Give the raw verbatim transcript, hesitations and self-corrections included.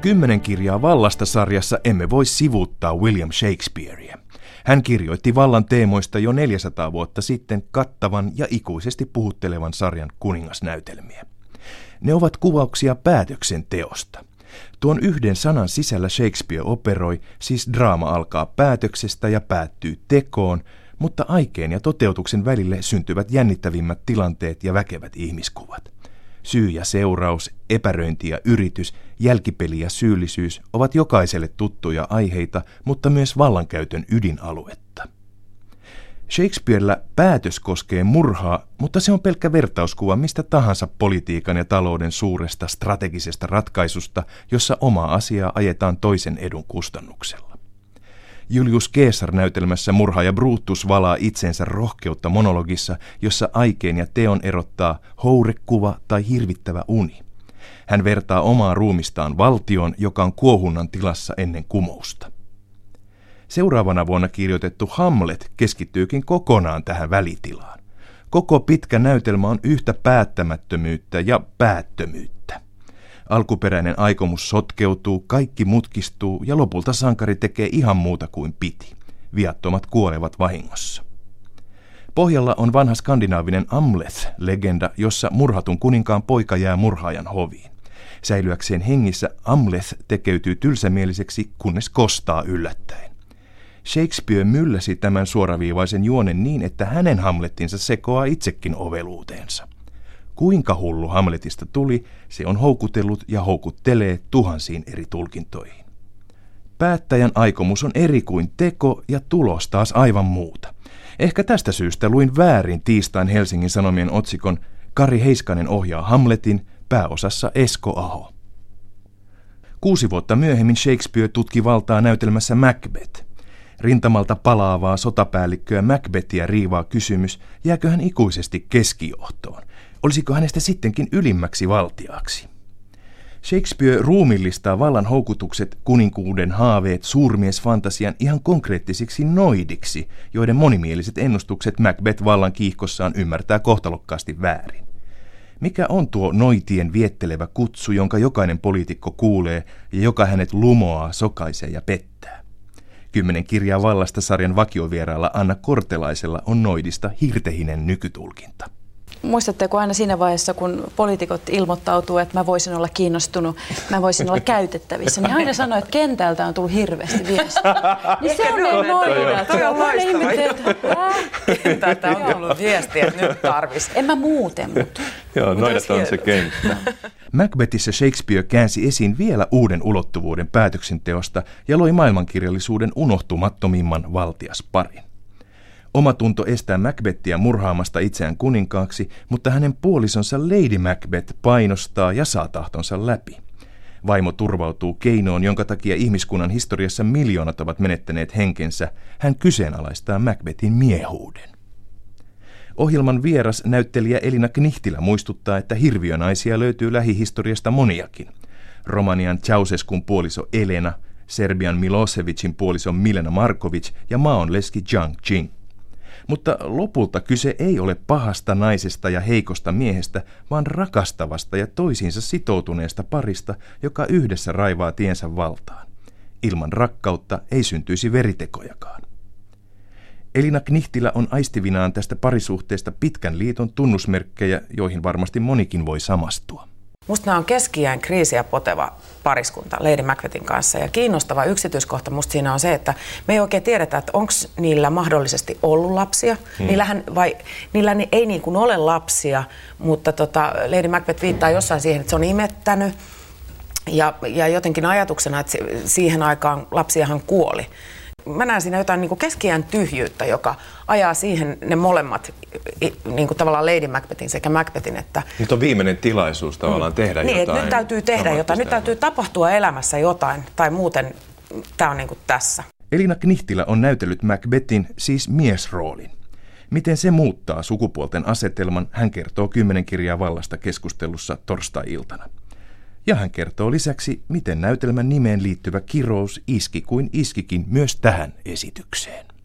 Kymmenen kirjaa vallasta -sarjassa emme voi sivuuttaa William Shakespearea. Hän kirjoitti vallan teemoista jo neljäsataa vuotta sitten kattavan ja ikuisesti puhuttelevan sarjan kuningasnäytelmiä. Ne ovat kuvauksia päätöksenteosta. Tuon yhden sanan sisällä Shakespeare operoi, siis draama alkaa päätöksestä ja päättyy tekoon, mutta aikeen ja toteutuksen välille syntyvät jännittävimmät tilanteet ja väkevät ihmiskuvat. Syy ja seuraus, epäröinti ja yritys, jälkipeli ja syyllisyys ovat jokaiselle tuttuja aiheita, mutta myös vallankäytön ydinaluetta. Shakespearella päätös koskee murhaa, mutta se on pelkkä vertauskuva mistä tahansa politiikan ja talouden suuresta strategisesta ratkaisusta, jossa omaa asiaa ajetaan toisen edun kustannuksella. Julius Caesar-näytelmässä murhaaja Brutus valaa itsensä rohkeutta monologissa, jossa aikeen ja teon erottaa hourekuva tai hirvittävä uni. Hän vertaa omaa ruumistaan valtioon, joka on kuohunnan tilassa ennen kumousta. Seuraavana vuonna kirjoitettu Hamlet keskittyykin kokonaan tähän välitilaan. Koko pitkä näytelmä on yhtä päättämättömyyttä ja päättömyyttä. Alkuperäinen aikomus sotkeutuu, kaikki mutkistuu ja lopulta sankari tekee ihan muuta kuin piti. Viattomat kuolevat vahingossa. Pohjalla on vanha skandinaavinen Amleth-legenda, jossa murhatun kuninkaan poika jää murhaajan hoviin. Säilyäkseen hengissä Amleth tekeytyy tylsämieliseksi, kunnes kostaa yllättäen. Shakespeare mylläsi tämän suoraviivaisen juonen niin, että hänen Hamlettinsa sekoaa itsekin oveluuteensa. Kuinka hullu Hamletista tuli, se on houkutellut ja houkuttelee tuhansiin eri tulkintoihin. Päättäjän aikomus on eri kuin teko ja tulos taas aivan muuta. Ehkä tästä syystä luin väärin tiistain Helsingin Sanomien otsikon Kari Heiskanen ohjaa Hamletin, pääosassa Esko Aho. Kuusi vuotta myöhemmin Shakespeare tutki valtaa näytelmässä Macbeth. Rintamalta palaavaa sotapäällikköä Macbethia riivaa kysymys, jääkö hän ikuisesti keskijohtoon? Olisiko hänestä sittenkin ylimmäksi valtiaaksi? Shakespeare ruumillistaa vallan houkutukset, kuninkuuden haaveet, suurmiesfantasian ihan konkreettisiksi noidiksi, joiden monimieliset ennustukset Macbeth vallan kiihkossaan ymmärtää kohtalokkaasti väärin. Mikä on tuo noitien viettelevä kutsu, jonka jokainen poliitikko kuulee ja joka hänet lumoaa, sokaisee ja pettää? Kymmenen kirjaa vallasta -sarjan vakiovieraalla Anna Kortelaisella on noidista hirtehinen nykytulkinta. Muistatteko aina siinä vaiheessa, kun poliitikot ilmoittautuu, että mä voisin olla kiinnostunut, mä voisin olla käytettävissä, niin aina sanoo, että kentältä on tullut hirveästi viestiä. Niin se on ne noidat. Toi on loistava. Kentältä on tullut viestiä, että nyt tarvis. En mä muuten, mutta... Joo, noidat on se kenttä. Macbethissä Shakespeare käänsi esiin vielä uuden ulottuvuuden päätöksenteosta ja loi maailmankirjallisuuden unohtumattomimman valtiasparin. Omatunto estää Macbethia murhaamasta itseään kuninkaaksi, mutta hänen puolisonsa Lady Macbeth painostaa ja saa tahtonsa läpi. Vaimo turvautuu keinoon, jonka takia ihmiskunnan historiassa miljoonat ovat menettäneet henkensä. Hän kyseenalaistaa Macbethin miehuuden. Ohjelman vieras näyttelijä Elina Knihtilä muistuttaa, että hirviönaisia löytyy lähihistoriasta moniakin. Romanian Ceausescun puoliso Elena, Serbian Milosevicin puoliso Milena Markovic ja maon leski Jiang Jing. Mutta lopulta kyse ei ole pahasta naisesta ja heikosta miehestä, vaan rakastavasta ja toisiinsa sitoutuneesta parista, joka yhdessä raivaa tiensä valtaan. Ilman rakkautta ei syntyisi veritekojakaan. Elina Knihtilä on aistivinaan tästä parisuhteesta pitkän liiton tunnusmerkkejä, joihin varmasti monikin voi samastua. Musta nämä on keski-iän kriisiä poteva pariskunta Lady Macbethin kanssa. Ja kiinnostava yksityiskohta musta siinä on se, että me ei oikein tiedetä, että onko niillä mahdollisesti ollut lapsia. Hmm. Niillähän, vai, niillä ei niin kuin ole lapsia, mutta tota, Lady Macbeth viittaa jossain siihen, että se on imettänyt. Ja, ja jotenkin ajatuksena, että siihen aikaan lapsiahan kuoli. Mä näen siinä jotain niin kuin keski-iän tyhjyyttä, joka ajaa siihen ne molemmat, niin kuin tavallaan Lady Macbethin sekä Macbethin. Että nyt on viimeinen tilaisuus tavallaan mm. tehdä niin, jotain. Nyt täytyy tehdä jotain, nyt täytyy tapahtua elämässä jotain, tai muuten tämä on niin kuin tässä. Elina Knihtilä on näytellyt Macbethin, siis miesroolin. Miten se muuttaa sukupuolten asetelman, hän kertoo kymmenen kirjaa vallasta keskustelussa torstai-iltana. Ja hän kertoo lisäksi, miten näytelmän nimeen liittyvä kirous iski kuin iskikin myös tähän esitykseen.